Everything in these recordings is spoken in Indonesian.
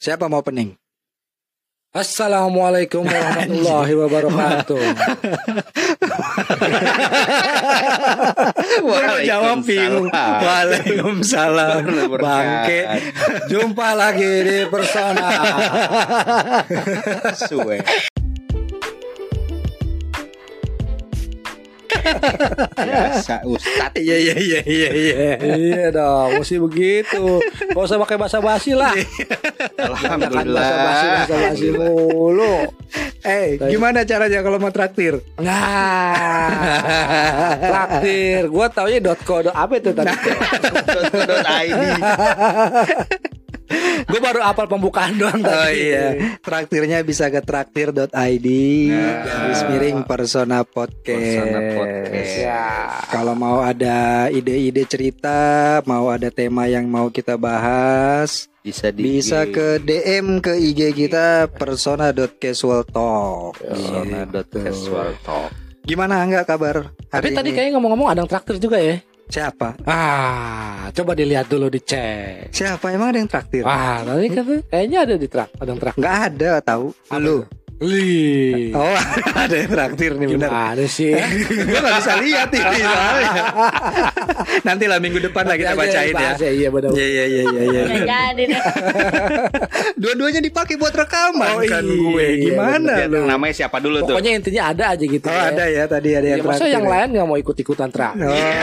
Siapa mau opening? Assalamualaikum warahmatullahi wabarakatuh. Gua jawab bingung. Waalaikumsalam. Bangke. Jumpa lagi di Persona. Suwe. Biasa Ustadz. Iya dong, mesti begitu. Gak usah pakai basa-basi lah. Alhamdulillah. Basa-basi mulu. Gimana caranya kalau mau traktir? Traktir. Gua taunya .co. Apa itu tadi? .id. Gue baru apal pembukaan doang tadi. Oh iya. Traktirnya bisa ke traktir.id garis miring Persona Podcast. Ya. Kalau mau ada ide-ide cerita, mau ada tema yang mau kita bahas, bisa ke DM ke IG kita persona.casualtalk. Persona.casualtalk. Gimana enggak kabar? Tapi tadi kayaknya ngomong-ngomong ada yang traktir juga ya. Siapa? Coba dilihat dulu, dicek. Siapa emang ada yang traktir? Tadi kan kayaknya ada ada yang traktir. Enggak ada, tahu. Lu. Oh, ada yang traktir nih benar. Ada sih. Gue gak bisa lihat ini soalnya. Nanti lah minggu depan lah kita bacain ya. Iya benar. Iya. Jadi deh. Dua-duanya dipakai buat rekaman kan gue. Gimana lu? Namanya siapa dulu tuh? Pokoknya intinya ada aja gitu. Oh, ada ya tadi ada yang masa traktir. yang lain nggak mau ikut-ikutan traktir.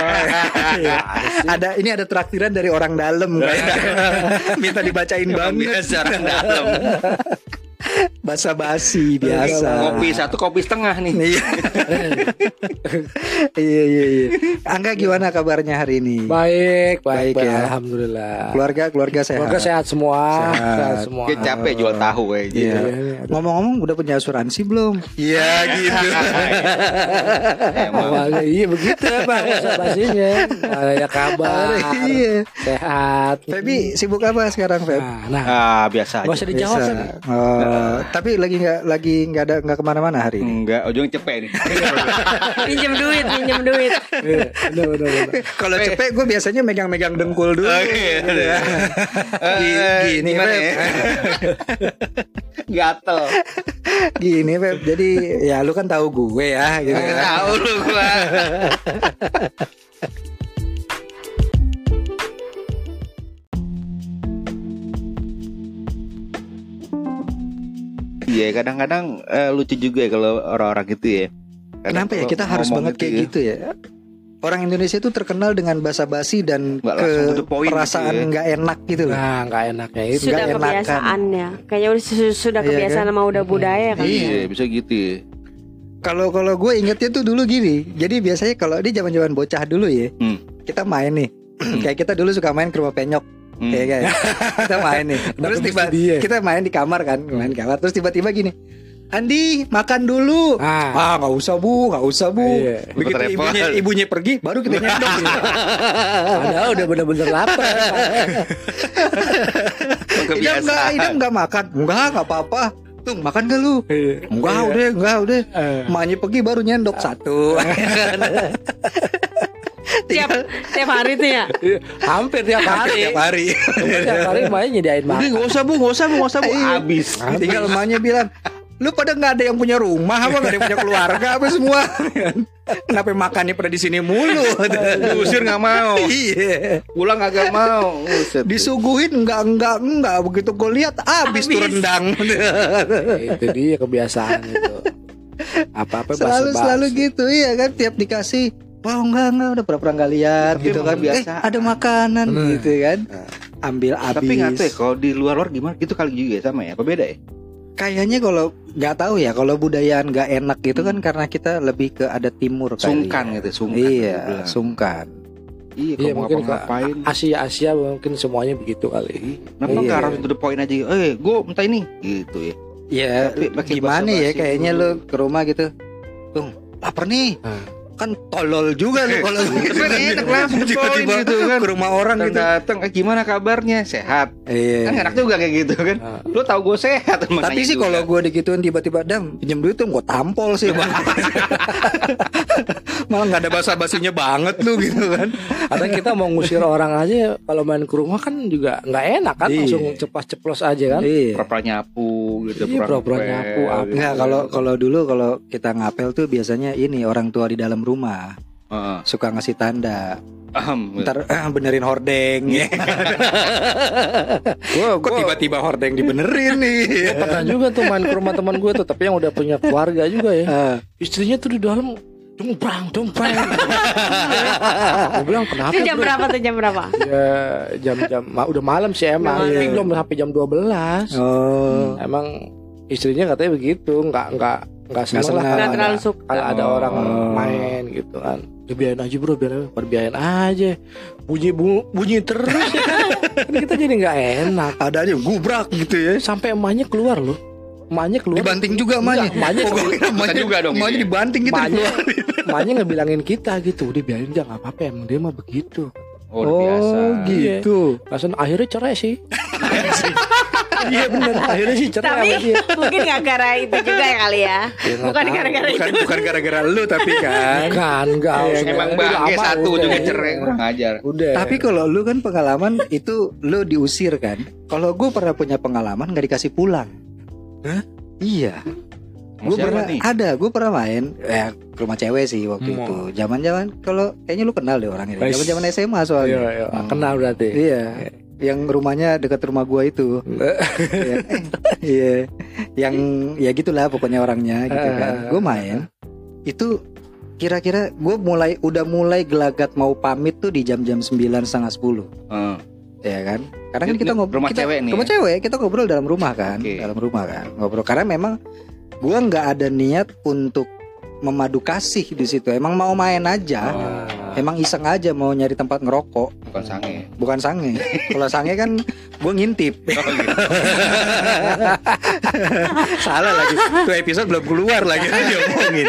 Ini ada traktiran dari orang dalam kayaknya. Minta dibacain banget. Orang dalam. Basa-basi biasa. Kopi setengah nih. Iya. Angga gimana kabarnya hari ini? Baik ya. Alhamdulillah. Keluarga sehat. Keluarga sehat semua. Sehat. Dia capek jual tahu Iya. Ngomong-ngomong udah punya asuransi belum? Iya gitu. Iya begitu Bang basa-basinya. Ada kabar. Iya. Sehat. Febi sibuk apa sekarang, Feb? Biasa aja. Gak usah dijawab kan. Tapi lagi nggak kemana-mana hari ini. Enggak, ujung cepet nih. Pinjam duit. Benar. Kalau cepet gue biasanya megang-megang dengkul dulu. Gini gimana Feb. ya? Gatel. Gini Feb. Jadi ya lu kan tahu gue ya gitu. Tahu lu gua. Iya, kadang-kadang lucu juga ya kalau orang-orang gitu ya. Kenapa ya kita harus banget kayak gitu ya? Orang Indonesia itu terkenal dengan basa-basi dan perasaan nggak enak gitu loh. Nggak enaknya itu. Sudah kebiasaannya. Kayaknya sudah kebiasaan sama udah budaya kan. Iya, bisa gitu ya. Kalau gue ingetnya tuh dulu gini. Jadi biasanya kalau di zaman-zaman bocah dulu ya, kita main nih. Kayak kita dulu suka main ke rumah penyok. Kayak kita main nih. Terus kita main di kamar kan, terus tiba-tiba gini. Andi makan dulu. Nggak usah bu. Begitu ibunya pergi, baru kita nyendok. Udah bener-bener lapar. Idam nggak makan. Nggak apa-apa. Tuh makan gak lu? Enggak udah. Emaknya pergi baru nyendok satu. Tiap hari tuh ya. Hampir tiap hari. Tiap hari emaknya nyediain makan. Nggak usah bu. Habis. Tinggal emaknya bilang, lu pada nggak ada yang punya rumah apa, nggak ada yang punya keluarga apa semua? Kenapa makannya pada di sini mulu? Diusir nggak mau. Iya. Pulang agak mau. Disuguhin enggak. Begitu gue lihat habis tuh rendang. Itu dia kebiasaan itu. Apa-apa selalu gitu iya kan, tiap dikasih. Wah enggak udah pura-pura nggak lihat gitu kan. Biasa. Ada makanan gitu kan. Ambil habis. Tapi nggak tahu ya kalau di luar gimana gitu kali juga ya, sama ya? Apa beda ya? Kayaknya kalau nggak tahu ya, kalau budaya nggak enak gitu kan karena kita lebih ke ada timur kali. Sungkan. Iya, sungkan. Iya mungkin ngapain Asia mungkin semuanya begitu kali. Kenapa nggak harus to the point aja? Gue minta ini gitu ya. Ya gimana ya, kayaknya lu ke rumah gitu, Bung lapar nih. kan tolol juga lu kalau enak langsung tiba-tiba gitu kan ke rumah orang gitu. Datang, gimana kabarnya? Sehat. Iya. Kan enak juga kayak gitu kan. Lu tahu gue sehat. Tapi sih kalau gue digituin tiba-tiba Dam pinjam duit tuh gue tampol sih. Malah nggak ada basa-basinya banget lu gitu kan. Kadang kita mau ngusir orang aja kalau main ke rumah kan juga nggak enak kan, langsung ceplos aja kan. Pura-pura nyapu gitu. Iya, pura-pura nyapu. Nggak, kalau dulu kalau kita ngapel tuh biasanya ini orang tua di dalam rumah suka ngasih tanda. Ntar benerin hordeng ya. Kok tiba-tiba hordeng dibenerin nih. Pernah juga tuh main ke rumah teman gue tuh, tapi yang udah punya keluarga juga ya. Istrinya tuh di dalam dongprang. Gue bilang kenapa? Itu jam berapa tuh, jam berapa? Ya jam udah malam sih emang. Tapi belum sampai jam 12. Emang istrinya katanya begitu, nggak seneng lah. Nggak terlalu suka kalau ada orang main gitu kan. Ya biarin aja bro, biarin aja. Bunyi terus ya kan. Kita jadi nggak enak. Ada aja gubrak gitu ya. Sampai emaknya keluar loh. Emaknya keluar. Dibanting juga emaknya. Emaknya juga dong. Emaknya dibanting gitu. Emaknya ngebilangin kita gitu. Udah biarin aja, nggak apa-apa, emang dia mah begitu. Biasa. Gitu. Langsung akhirnya cerai sih. Iya benar, akhirnya sih cerai. Tapi mungkin gak gara itu juga ya kali ya. Bukan gara-gara itu. Bukan gara-gara lu tapi kan. Enggak. Emang bangke satu juga cerai, kurang ajar. Udah. Tapi kalau lu kan pengalaman itu lu diusir kan. Kalau gue pernah punya pengalaman gak dikasih pulang. Hah? Iya. Gue pernah main ke rumah cewek sih waktu itu. Zaman-zaman kalau kayaknya lu kenal deh orangnya. Zaman-zaman SMA soalnya. Iya. Kenal berarti. Iya. Yang rumahnya dekat rumah gua itu. Iya. Yang ya gitulah pokoknya orangnya gitu kan. Gue main itu kira-kira gue udah mulai gelagat mau pamit tuh di jam-jam 9:30, 10. Ya kan? Karena kan kita ngobrol rumah cewek nih. Rumah cewek, kita ngobrol dalam rumah kan. Dalam rumah kan. Ngobrol karena memang gue nggak ada niat untuk memadu kasih di situ. Emang mau main aja. Emang iseng aja mau nyari tempat ngerokok. Bukan sange. Kalau sange kan gue ngintip. Salah lagi. Tuh episode belum keluar lagi diomongin.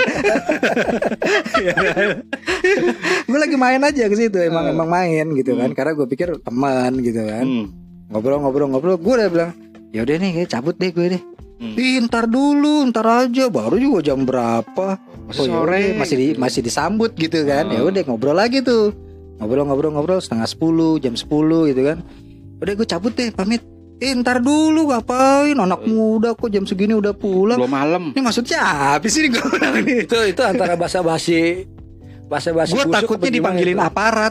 Gue lagi main aja ke situ. Emang main gitu kan. Karena gue pikir teman gitu kan. Ngobrol. Gue udah bilang, ya udah nih cabut deh gue deh. Ntar dulu, ntar aja, baru juga jam berapa? Sore masih disambut gitu kan. Ya udah ngobrol lagi tuh. Ngobrol 9:30, jam 10 gitu kan. Udah gue cabut deh, pamit. Ntar dulu ngapain? Anak muda kok jam segini udah pulang. Belum malam. Ini maksudnya apa sih gue bilang nih? Itu antara basa-basi gue takutnya dipanggilin itu aparat.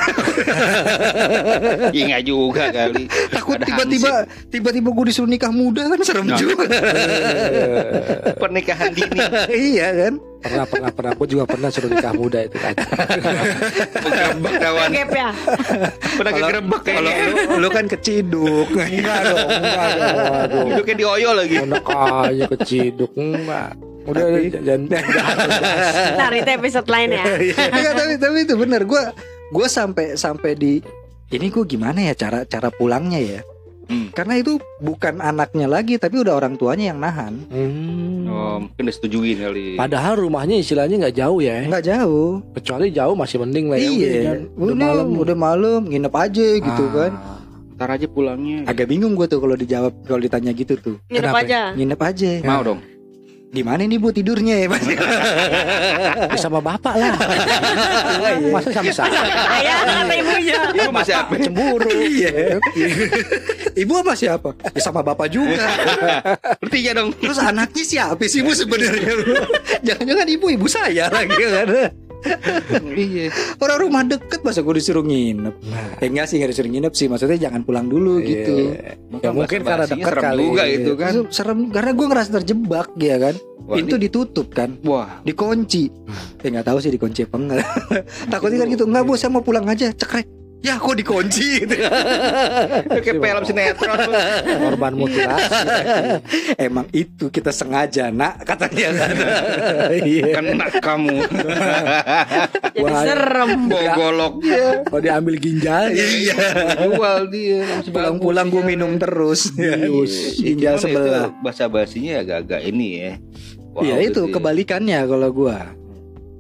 Iya nggak juga kali. Takut tiba-tiba gue disuruh nikah muda kan serem juga. Pernikahan dini. Iya kan. Pernah. Gue juga pernah suruh nikah muda itu kan. Gerebek kawan. Ya. Pernah gerebek kalau lu kan keciduk. Enggak dong. Duduknya di Oyo lagi. Enak aja keciduk enggak. Udah jangan. Ntar itu episode lain ya. Tapi itu benar. Gue sampai di ini gue gimana ya cara pulangnya ya. Karena itu bukan anaknya lagi, tapi udah orang tuanya yang nahan. Mungkin udah setujuin kali. Padahal rumahnya istilahnya nggak jauh ya. Nggak jauh. Kecuali jauh masih mending lah ya. Iya. Udah malam nginep aja gitu kan. Ntar aja pulangnya. Agak bingung gue tuh kalau ditanya gitu tuh. Nginep aja. Mau dong. Di mana nih Bu tidurnya ya Mas? Sama bapak lah. Masa sama saya? Kata ibunya. Ibu masih apa? Cemburu. Iya. Ibu sama siapa? Ya sama bapak juga. Bertiga dong. Terus anaknya siapa sih Bu sebenarnya? Jangan-jangan ibu saya lagi kan? Iya. Orang rumah deket masa gue disuruh nginep. Enggak sih, gak disuruh nginep sih. Maksudnya jangan pulang dulu gitu. Ya mungkin karena deket kali juga itu kan. Serem karena gue ngerasa terjebak ya kan. Pintu ditutup kan. Wah, dikunci. Nggak tahu sih dikunci apa enggak. Takutnya kan gitu. Enggak Bu, saya mau pulang aja. Cekrek. Ya kok dikunci gitu. Kayak film sinetron. Korban mutilasi. Emang itu kita sengaja nak katanya kan. Kena kamu. Jadi serem. Bogolok. Oh diambil ginjal. Iya. Jual dia. Pulang-pulang gue minum terus. Ginjal sebelah. Basa-basinya agak-agak ini ya. Iya itu kebalikannya kalau gue.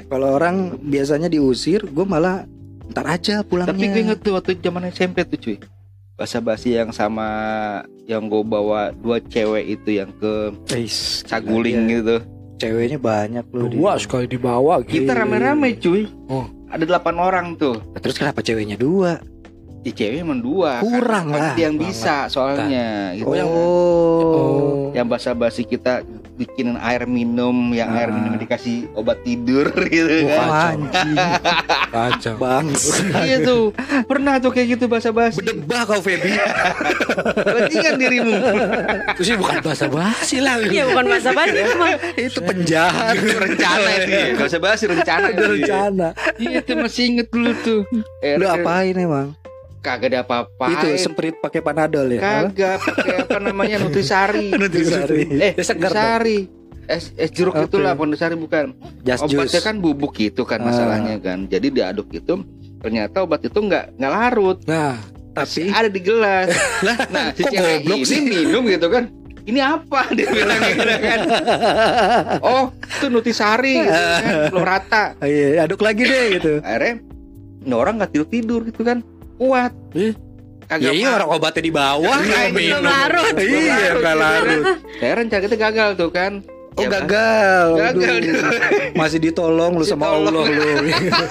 Kalau orang biasanya diusir, gue malah ntar aja pulangnya. Tapi gue inget tuh waktu zaman SMP tuh cuy, basa-basi yang sama yang gue bawa 2 cewek itu yang ke Saguling gitu. Ceweknya banyak loh. 2 sekali dibawa gitu. Kita rame-rame cuy. Ada 8 orang tuh. Terus kenapa ceweknya 2? Di cewek emang 2. Kurang lah. Yang bisa soalnya gitu. Yang basa-basi kita bikinin air minum, yang air minum dikasih obat tidur gitu kan. Kacau. Bangs. Iya tuh. Pernah tuh kayak gitu basa-basi. Berdebah kau Feby. Bandingkan dirimu. Itu sih bukan basa-basi lah. Iya bukan basa-basi emang. Itu penjahat. Itu rencana ini. Basa-basi rencana. Rencana. Iya tuh masih inget dulu tuh. Lu apain emang? Kagak ada apa-apa. Itu Sprite pakai Panadol ya? Kagak pakai apa namanya Nutrisari. Nutrisari. Es jeruk itulah Nutrisari bukan. Obatnya kan bubuk gitu kan masalahnya kan. Jadi diaduk itu ternyata obat itu nggak larut. Nah, tapi ada di gelas. Nah, si cewek ini minum gitu kan. Ini apa dia bilang gitu kan. Oh, itu Nutrisari gitu kan. Belum rata. Iya, aduk lagi deh gitu. Akhirnya orang nggak tidur gitu kan. Kuat. Kagak orang obatnya di bawah. Belum larut. Iya, nggak larut. Saya rencana kita gagal tuh kan. Oh ya, gagal. Masih ditolong lu sama Allah lu.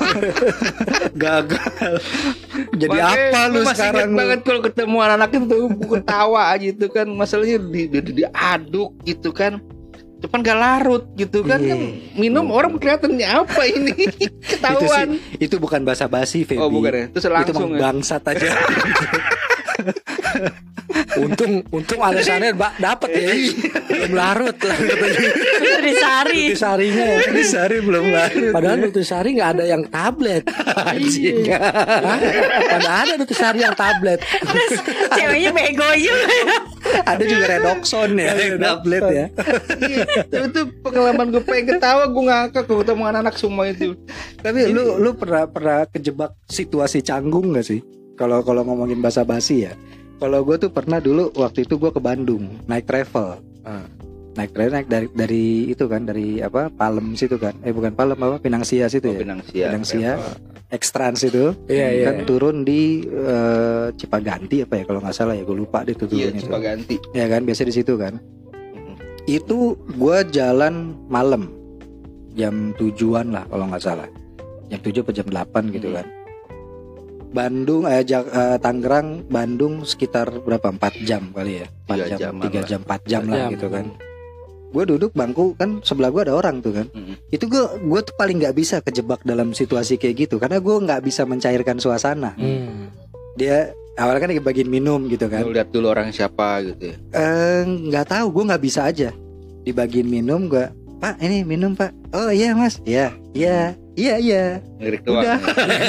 Gagal. Jadi apa lu sekarang? Masih banget kalau ketemu anak-anak itu ketawa aja itu kan. Masalahnya diaduk gitu kan. Cuman gak larut gitu kan, kan minum orang kelihatannya apa ini ketahuan. Itu bukan basa-basi Feby. Oh bukan ya, terus langsung itu bangsat aja. Untung alasannya dapat ya. Belum larut lah katanya. Nutrisarinya. Nutrisari belum larut. Padahal Nutrisari nggak ada yang tablet. Padahal ada Nutrisari yang tablet. Ceweknya bego juga. Ada juga Redoxon ya, tablet ya. Tapi itu pengalaman gue pengen ketawa, gue ngakak gue ketemu anak-anak semua itu. Tapi lu pernah kejebak situasi canggung gak sih? Kalau ngomongin basa-basi ya. Kalau gue tuh pernah dulu waktu itu gue ke Bandung naik travel. Naik dari itu kan, dari apa Palem situ kan. Bukan Palem apa Pinangsia situ ya. Pinangsia. Ekstrans itu. Iya. Kan turun di Cipaganti apa ya kalau nggak salah ya, gue lupa deh tuh turunnya. Iya, Cipaganti. Ya kan, biasa di situ kan. Itu gue jalan malam jam 7-an lah kalau nggak salah. Jam 7 atau jam 8 gitu kan. Bandung, Tangerang, Bandung sekitar berapa? 4 jam kali ya. 4 jam, 4 jam lah gitu kan. Gue duduk bangku kan, sebelah gue ada orang tuh kan. Itu gue tuh paling nggak bisa kejebak dalam situasi kayak gitu karena gue nggak bisa mencairkan suasana. Dia awalnya kan lagi bagiin minum gitu kan. Lu lihat dulu orang siapa gitu ya. Nggak tahu, gue nggak bisa aja dibagiin minum. Gue, Pak ini minum Pak. Oh iya Mas, iya. Lirik doang. Udah.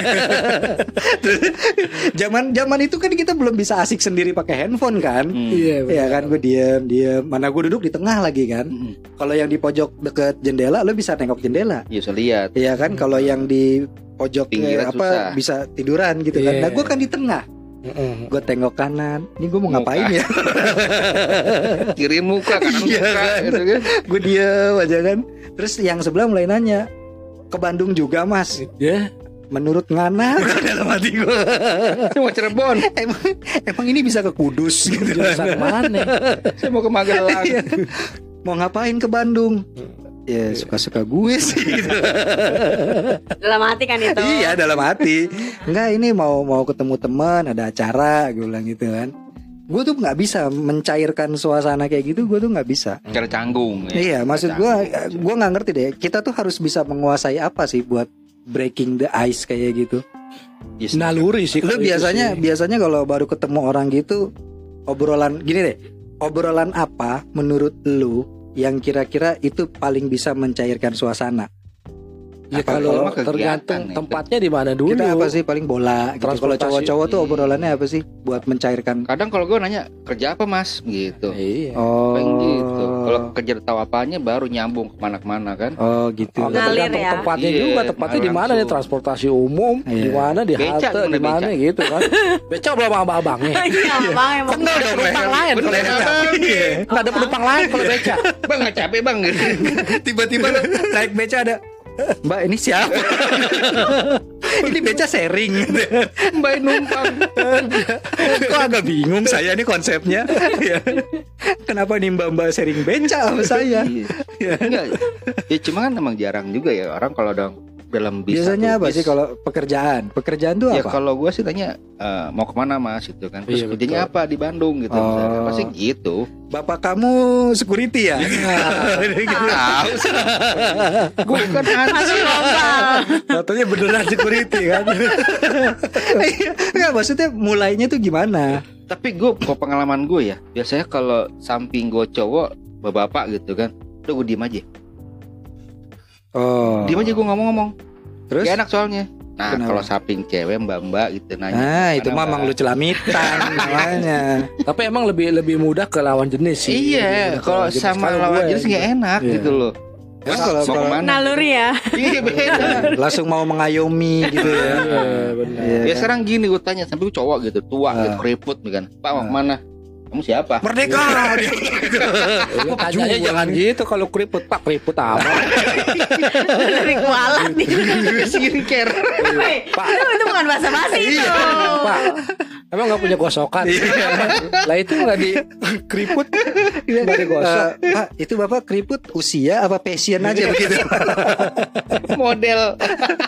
Zaman itu kan kita belum bisa asik sendiri pakai handphone kan. Iya kan, gue diam. Mana gue duduk di tengah lagi kan. Kalau yang di pojok deket jendela lo bisa nengok jendela. Iya, bisa lihat. Iya kan, kalau yang di pojok bisa tiduran gitu kan. Nah gue kan di tengah. Gue tengok kanan. Ini gue mau ngapain ya? Kiri muka, kanan muka kan? gitu kan. Gue diam aja kan. Terus yang sebelah mulai nanya, ke Bandung juga Mas? Ya. Menurut Ngana dalam hati gue. Mau Cirebon. Emang ini bisa ke Kudus gitu. Jurusan mana? Saya mau ke Magelang. Mau ngapain ke Bandung? Ya suka-suka gue sih gitu. Dalam hati kan itu. Iya dalam hati. Enggak, ini mau ketemu teman, ada acara, gue bilang gitu kan. Gue tuh nggak bisa mencairkan suasana kayak gitu. Gue tuh nggak bisa. Cara canggung. Ya. Iya, maksud gue nggak ngerti deh. Kita tuh harus bisa menguasai apa sih buat breaking the ice kayak gitu. Yes, naluri sih. Lu biasanya kalau baru ketemu orang gitu, obrolan gini deh. Obrolan apa menurut lu yang kira-kira itu paling bisa mencairkan suasana? Ya kalau tergantung tempatnya di mana dulu. Kita apa sih paling bola gitu. Kalau cowok-cowok tuh obrolannya apa sih buat mencairkan? Kadang kalau gue nanya kerja apa Mas gitu. Iya. Paling gitu. Kalau kerja tahu apanya baru nyambung kemana-mana kan. Oh gitu. Tergantung tempatnya juga. Tempatnya di mana nih, transportasi umum, di mana di halte, di mana gitu kan. Beca belum abang-abangnya. Iya abang emang. Kan nggak ada penumpang lain kalau beca. Nggak ada penumpang lain kalau beca. Bang nggak capek bang. Tiba-tiba naik beca ada. Mbak ini siapa? Ini beca sharing. Mbak numpang. Kok agak bingung saya ini konsepnya. Kenapa nih mbak sharing beca sama saya? Enggak. Ya cuma kan emang jarang juga ya orang kalau dalam biasanya apa sih kalau pekerjaan tuh apa? Ya kalau gue sih tanya mau kemana mas gitu kan. Terus kerjanya apa di Bandung gitu. Pasti gitu. Bapak kamu security ya? Tahu sih. Gue bukan hansip. Katanya beneran security kan? Enggak, maksudnya mulainya tuh gimana? Tapi kok pengalaman gue ya, biasanya kalau samping gue cowok bapak gitu kan, udah gue diem aja. Diem aja gue ngomong. Terus? Gak enak soalnya. Nah kalau samping cewek mbak gitu nanya. Nah itu mah emang lu celamitan namanya. Tapi emang lebih mudah ke lawan jenis sih. Iya kalau sama lawan jenis gak enak gitu loh. Kalau naluri ya. Iya beda. Langsung mau mengayomi gitu ya. Benar. Ya sekarang gini gue tanya sampai cowok gitu tua gitu keriput kan. Pak mau kemana? Kamu siapa? Merdeka. Tanyanya jangan gitu kalau keriput Pak keriput apa? Dari kualat nih. Skincare. Pak Itu bukan basa-basi itu. Pak emang nggak punya gosokan? Lah itu nggak di keriput nggak digosok. Pak itu bapak keriput usia apa passion aja begitu? Model.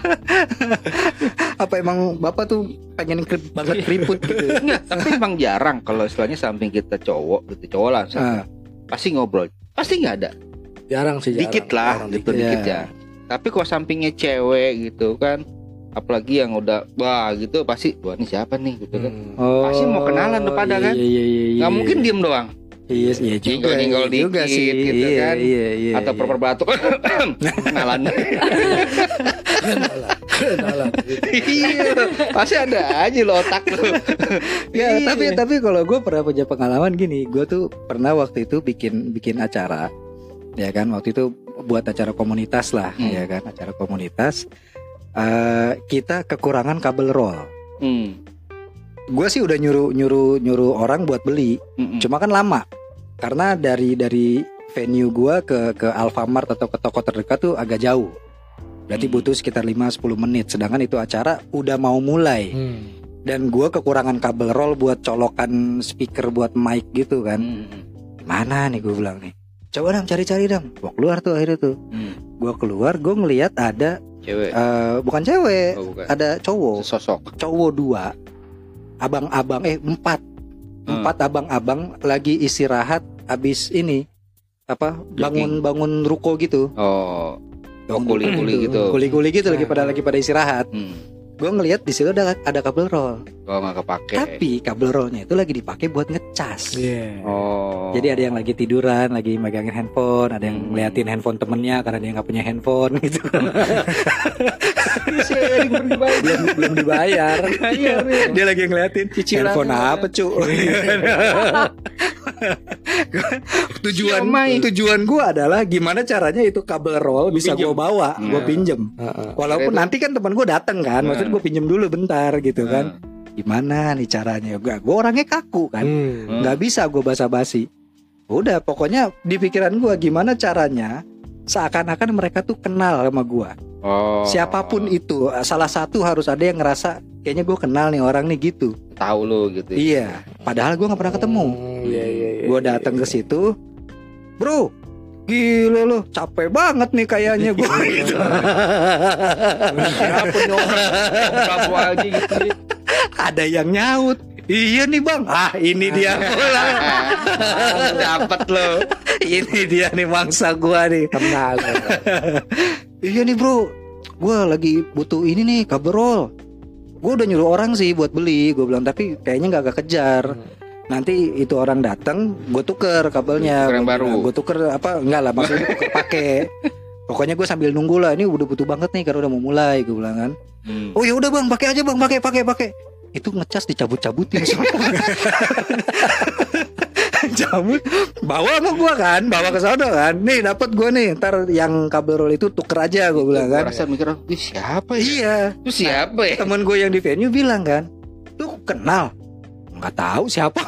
Apa emang bapak tuh pengen banget keriput gitu? Enggak, tapi emang jarang kalau istilahnya samping kita cowok lah pasti ngobrol, pasti nggak ada. Jarang sih. Dikit lah, gitu dikit ya. Tapi kalau sampingnya cewek gitu kan, apalagi yang udah wah gitu pasti wah ini siapa nih gitu kan. Pasti mau kenalan tuh pada kan. Nggak mungkin diem doang. Iya juga. Nyenggol dikit sih. gitu kan. Iya. Atau perper batuk kenalan. Kenalan. Iya, pasti ada aja lo otak lo. Ya, tapi kalau gue pernah punya pengalaman gini, gue tuh pernah waktu itu bikin acara, ya kan, waktu itu buat acara komunitas lah, ya kan, acara komunitas. Kita kekurangan kabel roll. Gue sih udah nyuruh orang buat beli, cuma kan lama, karena dari venue gue ke Alfamart atau ke toko terdekat tuh agak jauh. Berarti butuh sekitar 5-10 menit. Sedangkan itu acara udah mau mulai. Dan gue kekurangan kabel roll buat colokan speaker buat mic gitu kan. Mana nih gue bilang nih. Coba dong cari-cari dong. Gue keluar tuh akhirnya tuh. Gue keluar, gue ngelihat ada cewek. Bukan cewek, bukan. ada cowok. Sosok. Cowok 2. Abang-abang 4 abang-abang lagi istirahat abis ini apa bangun ruko gitu. Kuli-kuli gitu. Kuli-kuli gitu lagi pada istirahat. Gue ngelihat di situ ada kabel roll. Nggak kepake. Tapi kabel rollnya itu lagi dipakai buat ngecas. Jadi ada yang lagi tiduran, lagi megangin handphone, ada yang ngeliatin handphone temennya karena dia nggak punya handphone gitu. belum dibayar. Dia lagi ngeliatin cicilan handphone apa cu. Tujuan gue adalah gimana caranya itu kabel roll bisa gue bawa, gue pinjem. Walaupun nanti kan teman gue datang kan, maksudnya gue pinjem dulu bentar gitu kan. Gimana nih caranya? Gue orangnya kaku kan, nggak bisa gue basa-basi. Udah pokoknya di pikiran gue gimana caranya seakan-akan mereka tuh kenal sama gue. Siapapun itu, salah satu harus ada yang ngerasa kayaknya gue kenal nih orang nih gitu. Tahu lo gitu. Iya, padahal gue nggak pernah ketemu. Gue datang ke situ, bro, gila lo, capek banget nih kayaknya gue. Ada yang nyaut, iya nih bang, ini dia. Dapat lo. Ini dia nih mangsa gue nih. Kenal. Iya nih bro, gue lagi butuh ini nih kabel roll. Gue udah nyuruh orang sih buat beli, gue bilang, tapi kayaknya gak kejar. Nanti itu orang datang, gue tuker kabelnya. Yang baru. Gue tuker apa? Enggak lah, maksudnya tuker pakai. Pokoknya gue sambil nunggu lah. Ini udah butuh banget nih karena udah mau mulai, gue bilang kan. Oh ya udah bang, pakai aja bang, pakai. Itu ngecas dicabut-cabutin. Cabut, bawa sama gue kan, bawa ke sana kan. Nih dapat gue nih, ntar yang kabel roll itu tuker aja, gue bilang kan. Gue rasa mikir, siapa ya? Iya. Itu siapa ya? Temen gue yang di venue bilang kan, lu kenal? Nggak tahu siapa.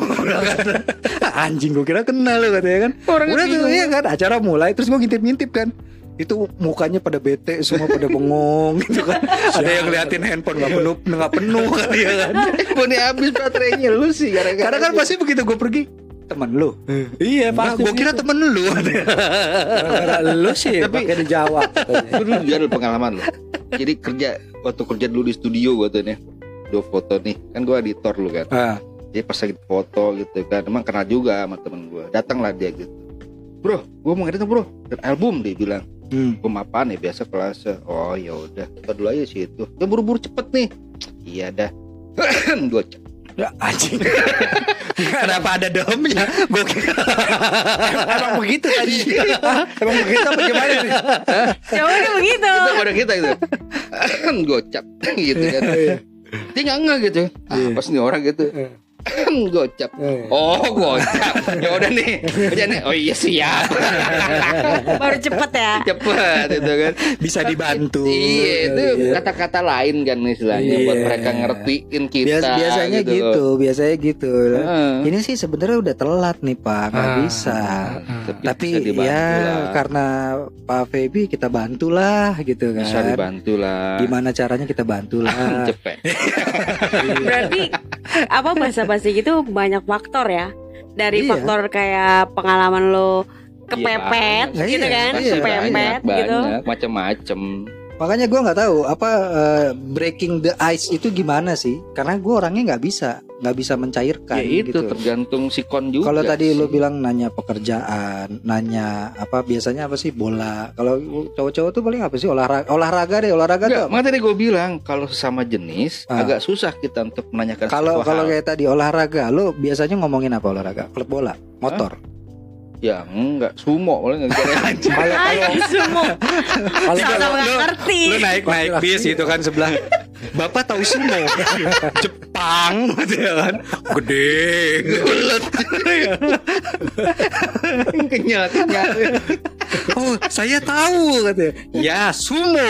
Anjing, gue kira kenal lo katanya kan. Udah tuh iya kan, acara mulai, terus gue ngintip-ngintip kan. itu mukanya pada bete, semua pada bengong gitu kan. Ada yang ngeliatin handphone nggak penuh kan ya kan. Handphone habis baterainya lu sih Karena kan pasti begitu gue pergi, teman lu. Iya pasti. Gue kira temen lu. Gara-gara lu sih pakai dijawab. Dulu ada pengalaman lu. Jadi waktu kerja dulu di studio gue tuh nih, 2 foto nih. Kan gue editor lu kan. Jadi pas lagi foto gitu kan, emang kenal juga sama temen gue. Datanglah dia gitu, bro, gue mau ngedit bro, dan album dia bilang. Album apaan ya, biasa kelas. Oh ya udah, kita dulu aja sih itu. Ya buru-buru cepet nih. Iya dah. Gue anjing. Kenapa ada domnya? Gue kira emang begitu tadi. Emang begitu apa gimana nih? Coba begitu. Itu pada kita gitu. Gocap gitu kan. Dia nggak gitu. Pas nih orang gitu. Gocap. Oh gocap. Ya udah nih. Oh iya siap. Baru cepet ya. Cepet itu kan. Bisa dibantu. Iya itu kata-kata lain kan istilahnya buat mereka ngertiin kita. Biasanya biasanya gitu. Ini sih sebenarnya udah telat nih Pak, nggak bisa. Tapi ya karena Pak Feby kita bantulah gitu kan. Bisa dibantulah. Gimana caranya kita bantulah. Cepet. Berarti apa basa-basi gitu banyak faktor ya. Dari faktor kayak pengalaman lo kepepet gitu kan, kepepet gitu. Macam-macam. Makanya gue nggak tahu apa breaking the ice itu gimana sih? Karena gue orangnya nggak bisa mencairkan. Ya itu gitu. Tergantung sikon juga. Kalau tadi lo bilang nanya pekerjaan, nanya apa biasanya apa sih bola. Kalau cowok-cowok tuh paling apa sih olahraga tuh. Makanya tadi gue bilang kalau sesama jenis agak susah kita untuk menanyakan. Kalau kayak tadi olahraga, lo biasanya ngomongin apa olahraga? Klub bola, motor. Ya enggak, sumo boleh enggak kalau sumo. Kalau nggak ngerti. Lu naik bis itu kan sebelah. Bapak tahu sumo? Jepang gitu ya kan. Gede, bulat. Kenyal. Oh, saya tahu katanya. Ya, sumo.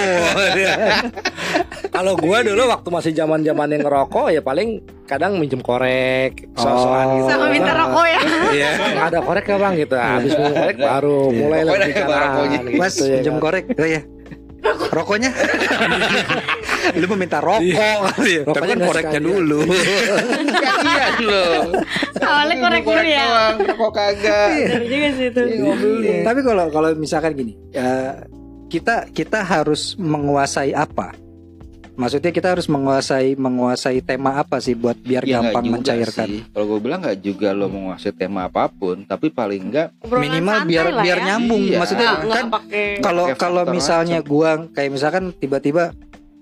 Kalau gua dulu waktu masih zaman-zaman yang ngerokok ya paling kadang minjem korek, soal gitu. Sama minta rokok ya. Iya, ada korek ya Bang gitu. Habis minjem korek baru mulai lagi bicara. Mas, minjem korek. Oh ya. Rokoknya lu meminta rokok kali ya. Tapi kan koreknya dulu. Kasihan lo. Awalnya korek dulu ya. Rokok kagak. Benar juga sih itu. Tapi kalau misalkan gini, kita harus menguasai apa? Maksudnya kita harus menguasai tema apa sih buat biar gampang mencairkan. Kalau gue bilang nggak juga lo menguasai tema apapun, tapi paling nggak minimal biar nyambung. Iya. Maksudnya kan kalau misalnya gua kayak misalkan tiba-tiba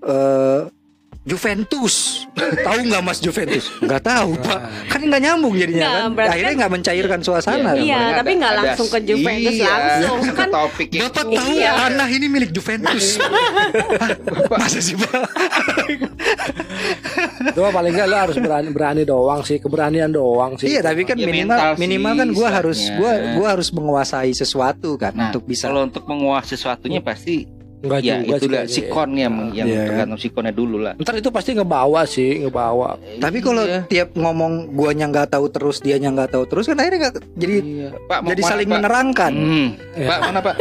Juventus, tahu nggak Mas Juventus? Nggak tahu Pak, kan nggak nyambung jadinya kan. Akhirnya nggak mencairkan suasana. Iya, tapi nggak langsung ke Juventus langsung kan. Topik Bapak tahu tanah ini milik Juventus. Masa sih Pak? Itu paling nggak lo harus berani doang sih, keberanian doang sih. Iya, tapi kan minimal kan gue harus menguasai sesuatu kan untuk bisa. Kalau untuk menguasai sesuatunya pasti. Enggak ya juga itulah sikonnya yang tergantung sikonnya dulu lah. Ntar itu pasti ngebawa. Tapi kalau tiap ngomong guanya nggak tahu terus dianya nggak tahu terus kan akhirnya nggak jadi Pak, jadi saling menerangkan. Pak mana Pak?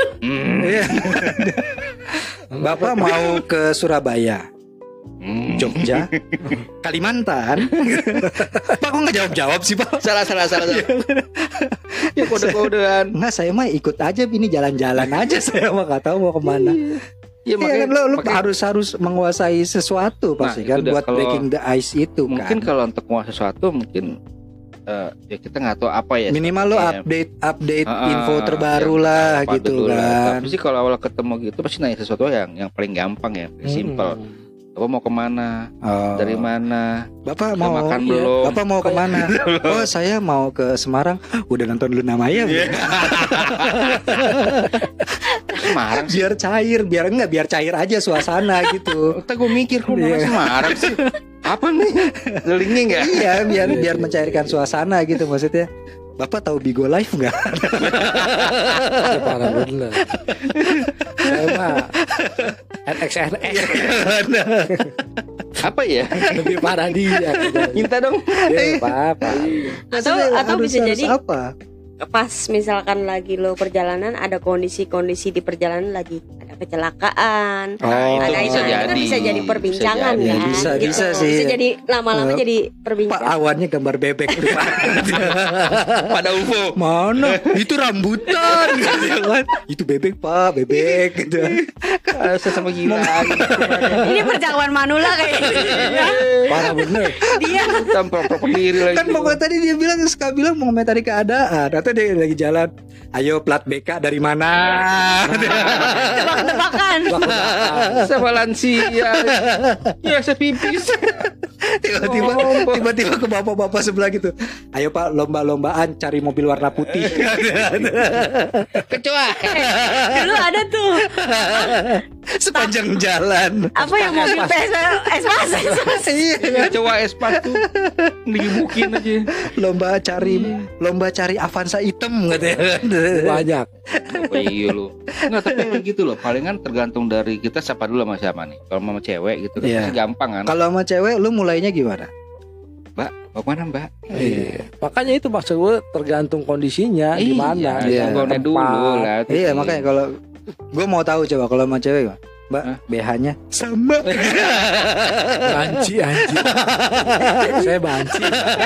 Bapak mau ke Surabaya, Jogja, Kalimantan. Pak kok nggak jawab sih Pak? Salah. Ya kode-kodean. Nggak, saya mah ikut aja ini jalan-jalan aja. Saya mah nggak tahu mau kemana. Ya makanya lo harus menguasai sesuatu pasti kan buat breaking the ice itu. Mungkin kalau untuk menguasai sesuatu mungkin ya kita nggak tahu apa ya. Minimal lo update info terbaru lah gitu kan. Tapi sih kalau awal ketemu gitu pasti nanya sesuatu yang paling gampang ya, simple. Bapak mau kemana? Dari mana? Bapak mau makan belum? Bapak mau kemana? Oh saya mau ke Semarang. Udah nonton Luna Maya belum? Semarang sih. Biar cair aja suasana gitu. Kita gue mikir kok Semarang sih. Apa nih? Zelingnya nggak? Iya biar mencairkan suasana gitu maksudnya. Bapak tahu Bigo Live nggak? Parah bener. Saya mah NXNX. Apa ya? Lebih parah dia. Minta dong. Apa? Atau bisa jadi apa? Pas misalkan lagi lo perjalanan ada kondisi di perjalanan lagi ada kecelakaan, ada itu kan bisa jadi perbincangan kan? Bisa sih. Bisa jadi lama-lama jadi perbincangan. Pak, awannya gambar bebek pada UFO. Mana? Itu rambutan. Itu bebek Pak, bebek gitu. Sesama gila. Ini percakapan manula kayaknya. Parah bener. Dia Tampar diri lagi. Kan pokoknya tadi dia suka bilang mau komentari keadaan. Atau dia lagi jalan, ayo plat BK dari mana? tebak-tebakan. Sama lansia. Ya saya pipis. Tiba-tiba ke bapak-bapak sebelah gitu. Ayo Pak, lomba-lombaan cari mobil warna putih. Kecoa. Dulu ada tuh sepanjang jalan. apa yang mobil Espas. Iya, kecoa Espas tuh digebukin aja. Lomba cari Avanza hitam katanya. Banyak. Oh, iya lu. Nggak, tapi emang gitu loh. Palingan tergantung dari kita siapa dulu sama siapa nih. Kalau sama cewek gitu kan pasti gampang kan. Kalau sama cewek lu mulainya gimana? Mbak, mau kemana Mbak? Iya. Makanya itu maksud gue tergantung kondisinya gimana. Iya, dulu lah. Iya, makanya kalau gue mau tahu coba kalau sama cewek Mbak, BH-nya sama. Banci anjing. Saya banci.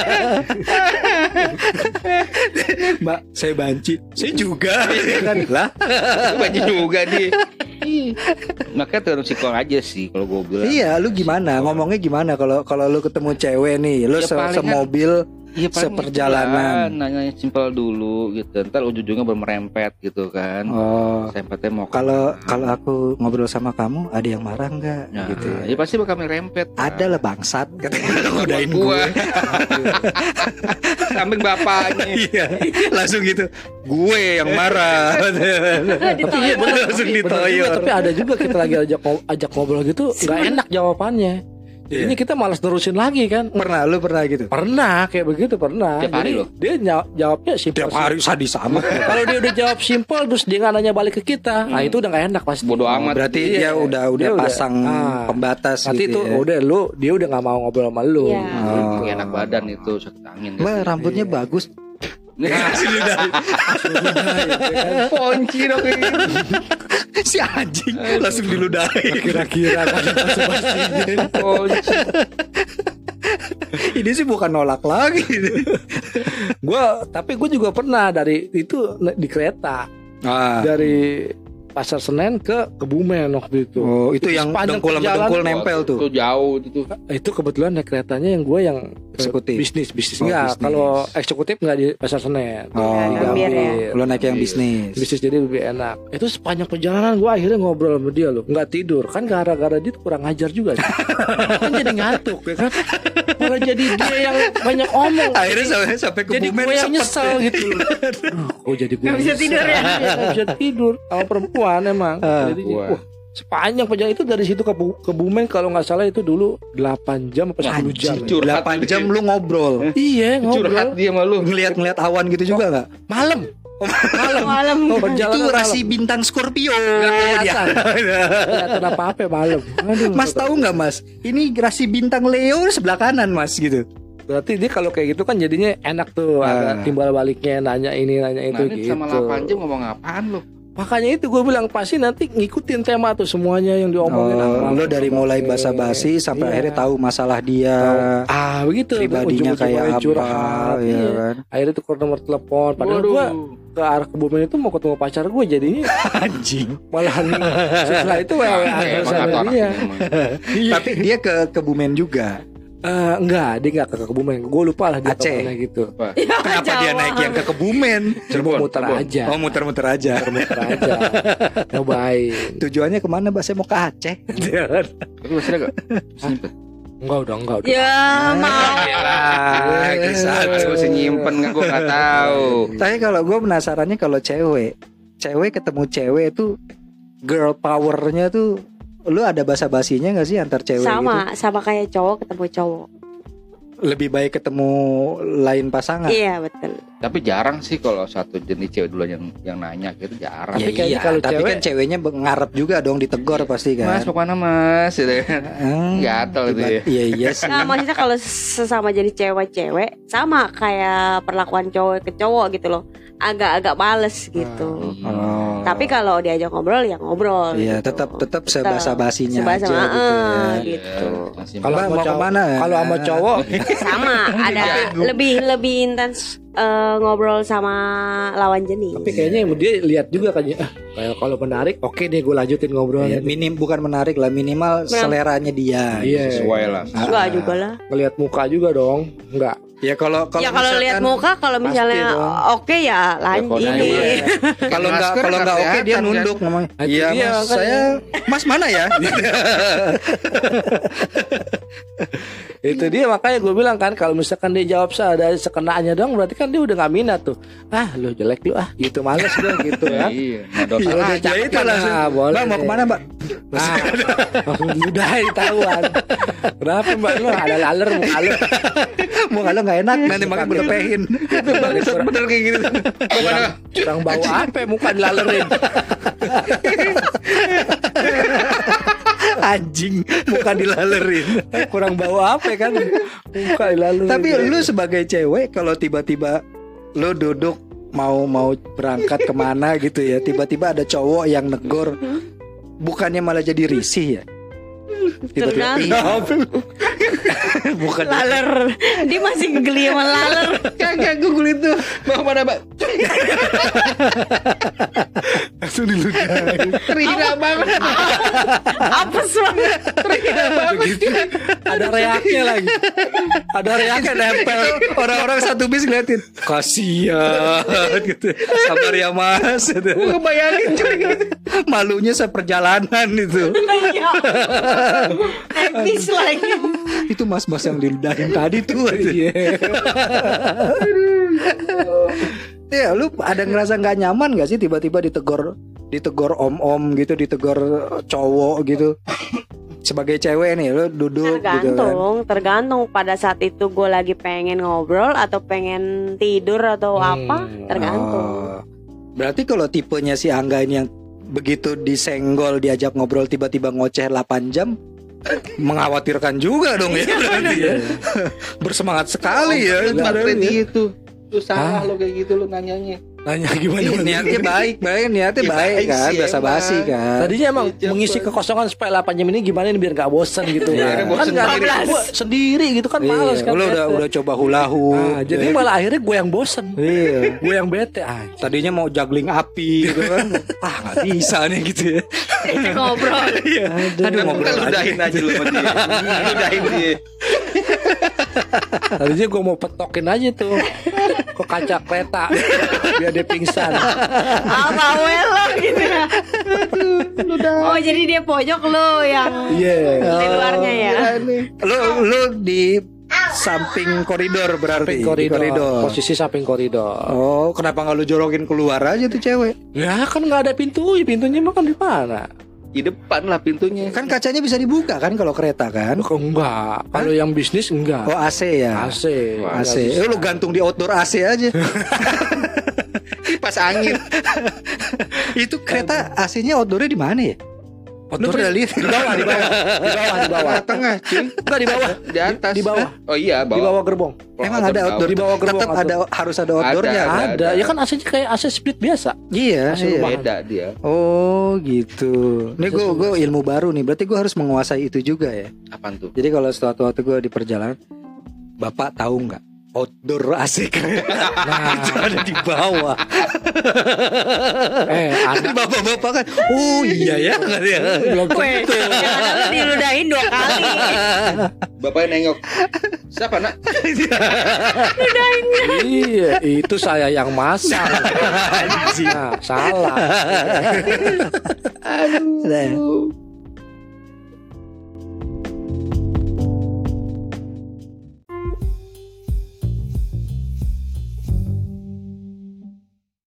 Mbak, saya banci. Saya juga. Kan lah. Banci juga nih. Makanya terus psikolog aja sih kalau gue bilang. Iya, lu gimana? Ngomongnya gimana kalau lu ketemu cewek nih, lu semobil seperjalanan. Nanya simpel dulu gitu. Ntar ujung-ujungnya bermerempet gitu kan. Sempetnya mau. Kalau aku ngobrol sama kamu, ada yang marah nggak? Nah, gitu. Ya pasti bakal merempet. Ada lah bangsat. Katanya udahin gue. Samping bapaknya. Iya. Langsung gitu. Gue yang marah. Tapi iya benar langsung ditoyo. Tapi ada juga kita lagi ajak ngobrol gitu, nggak enak jawabannya. Jadinya kita malas terusin lagi kan. Lu pernah gitu? Pernah kayak begitu pernah. Tiap hari loh. Dia jawabnya simpel. Tiap hari sadis sama. Kalau dia udah jawab simpel terus dia nggak nanya balik ke kita, nah itu udah nggak enak pasti. Bodoh amat. Berarti dia udah pasang pembatas. Nanti gitu itu dia udah nggak mau ngobrol sama lu. Enak badan itu sakit angin. Mbak, rambutnya bagus. Ponci dong ini. Si anjing langsung diludahin. Kira-kira kan Ponci. Ini sih bukan nolak lagi. Tapi gue juga pernah dari itu di kereta. Dari Pasar Senen ke Kebumen waktu itu. Oh, itu yang dengkul nempel tuh. Itu jauh itu. Itu kebetulan naik keretanya yang gue yang eksekutif. Bisnis enggak. Kalau eksekutif enggak di Pasar Senen. Lo naik yang bisnis. Bisnis jadi lebih enak. Itu sepanjang perjalanan gue akhirnya ngobrol sama dia loh. Enggak tidur. Kan gara-gara dia tuh kurang ajar juga. Kan jadi ngantuk ya kan. Malah jadi dia yang banyak omong. Akhirnya sampai Kebumen. Jadi gue yang nyesel gitu. Gue jadi gue. Gak bisa tidur ya. Gak bisa tidur sama perempuan emang. Jadi sepanjang perjalanan itu dari situ ke Kebumen kalau nggak salah itu dulu 8 jam apa 10 jam. 8 jam lu ngobrol. Iya, ngobrol. Curhat dia sama lu. Ngeliat awan gitu juga nggak? Malam. Itu rasi bintang Scorpio. Kelihatan apa-apa malam. Aduh, Mas tahu nggak Mas? Ini rasi bintang Leo sebelah kanan Mas gitu. Berarti dia kalau kayak gitu kan jadinya enak tuh. Ada timbal baliknya nanya ini nanya itu gitu. Sama 8 jam ngomong apaan lu? Makanya itu gue bilang pasti nanti ngikutin tema tuh semuanya yang diomongin. Lo dari mulai basa-basi sampai akhirnya tahu masalah dia. Begitu. Pribadinya kayak curhat, apa, ya kan? Akhirnya tukar nomor telepon. Padahal gue ke arah Kebumen itu mau ketemu pacar gue jadinya anjing. Malahan setelah itu dia. Tapi dia ke Kebumen juga. Enggak, dia enggak ke Kebumen. Gue lupa lah dia Aceh. kemana gitu. Kenapa dia naik yang ke Kebumen? Muter aja. Oh, muter-muter aja. Nyobain. Tujuannya kemana, Mbak? Saya mau ke Aceh. Tapi masih ada gak? Enggak. Ya, maaf. Aku masih nyimpen gak? Gue gak tahu. Tapi kalau gue penasarannya kalau cewek ketemu cewek itu girl powernya tuh, lu ada basa-basinya gak sih antar cewek sama kayak cowok ketemu cowok. Lebih baik ketemu lain pasangan. Iya betul. Tapi jarang sih kalau satu jenis cewek dulu yang nanya gitu jarang. Ya, tapi kalau tapi kan ceweknya ngarep juga dong ditegor pasti kan. Mas mau mana Mas? Gitu kan. Gatel itu ya. Iya sih. Nah, maksudnya kalau sesama jadi cewek sama kayak perlakuan cowok ke cowok gitu loh. Agak-agak males gitu. Tapi kalau diajak ngobrol ya ngobrol. Iya, gitu. tetap sebasa-basinya aja gitu. Gitu. Kalau mau kemana? Kalau sama cowok sama, ada lebih intens ngobrol sama lawan jenis. Tapi kayaknya dia lihat juga kan ya. Kayak kalau menarik, oke deh gue lanjutin ngobrol. Ya, bukan menarik lah, minimal seleranya dia. Iya, sesuai lah. Enggak juga lah. Ngelihat muka juga dong. Enggak. Ya kalau lihat muka, kalau misalnya oke ya lanjut ini. Kalau enggak oke dia nunduk ngomong. Iya, Mas, saya Mas mana ya? Itu dia, makanya gue bilang kan, kalau misalkan dia jawab ada sekenaannya dong, berarti kan dia udah gak minat tuh. Lu jelek lu gitu, males gue gitu kan. Iya, kalau dia cakep kan boleh. Mbak mau kemana Mbak? Udah tahuan. Kenapa Mbak, lu ada laler mau kalau nggak enak nanti makin berlepehin. Itu bener kayak gitu. Kurang bau apa muka dilalerin. Anjing, muka dilalerin. Kurang bau apa kan? Muka dilalerin. Tapi lu sebagai cewek kalau tiba-tiba lu duduk mau berangkat kemana gitu ya, tiba-tiba ada cowok yang negor, bukannya malah jadi risih ya? Tiba-tiba bukan laler. Dia masih geli sama laler. Kagak Google itu. Mau mana, Mbak? langsung diludahin. Terhina banget. Apes banget. Terhina banget. Ada reaknya lagi. Ada reaknya nempel. Orang-orang satu bis ngeliatin. Kasian gitu. Sabar ya Mas. Gue ngebayangin cuy. Malunya seperjalanan itu. Etis lagi. Itu mas-mas yang diludahin tadi tuh. Ya, lu ada ngerasa nggak nyaman nggak sih tiba-tiba ditegor om-om gitu, ditegor cowok gitu? Sebagai cewek nih, lu duduk tergantung pada saat itu gue lagi pengen ngobrol atau pengen tidur atau apa, tergantung. Berarti kalau tipenya si Angga ini yang begitu disenggol diajak ngobrol tiba-tiba ngoceh 8 jam, mengkhawatirkan juga dong ya berarti ya. Bersemangat sekali ya. Itu lu salah lo kayak gitu, lu nanyanya. Nanya gimana? Niatnya baik niatnya baik kan, basa-basi kan. Tadinya emang mengisi kekosongan supaya 8 jam ini gimana biar gak bosan gitu. Kan sendiri gitu kan males kan. Lu udah coba hula hoop. Jadi malah akhirnya gue yang bosan. Iya. Gue yang bete. Tadinya mau juggling api gitu kan. Gak bisa nih gitu ya. Ngobrol. Aduh, ngobrol ludahin aja lu sama dia. Ludahin dia. Tadinya gue mau petokin aja tuh ke kaca kereta biar dia pingsan. Apa lo gitu ya. Oh jadi dia pojok lo yang di luarnya ya. Lu di samping koridor berarti. Koridor. Posisi samping koridor. Oh, kenapa nggak lu jorokin keluar aja tuh cewek? Ya kan nggak ada pintunya mah kan di mana? Di depan lah pintunya. Kan kacanya bisa dibuka kan kalau kereta kan? Enggak. Kalau yang bisnis enggak. Oh AC ya. AC. Lu gantung di outdoor AC aja. Kipas angin. Itu kereta AC-nya outdoornya di mana ya? Lu pernah lihat? Di bawah. Tengah, cuy. Enggak di bawah. Di atas. Di bawah. Oh iya, bawah. Di bawah gerbong. Emang ada outdoor di bawah gerbong. Tetap harus ada outdoornya. Ada. Ya kan AC-nya kayak AC split biasa. Iya. Beda dia. Oh, gitu. Ini gue ilmu baru nih. Berarti gue harus menguasai itu juga ya. Apaan tuh? Jadi kalau suatu waktu gue di perjalanan, Bapak tahu nggak? Outdoor AC kereta itu ada di bawah. Bapak-bapak kan, oh iya ya, belum tentu. Lu diludahin 2 kali. Bapaknya nengok. Siapa nak? Ludahinnya. Iya, itu saya yang masak. Nah, salah. Aduh.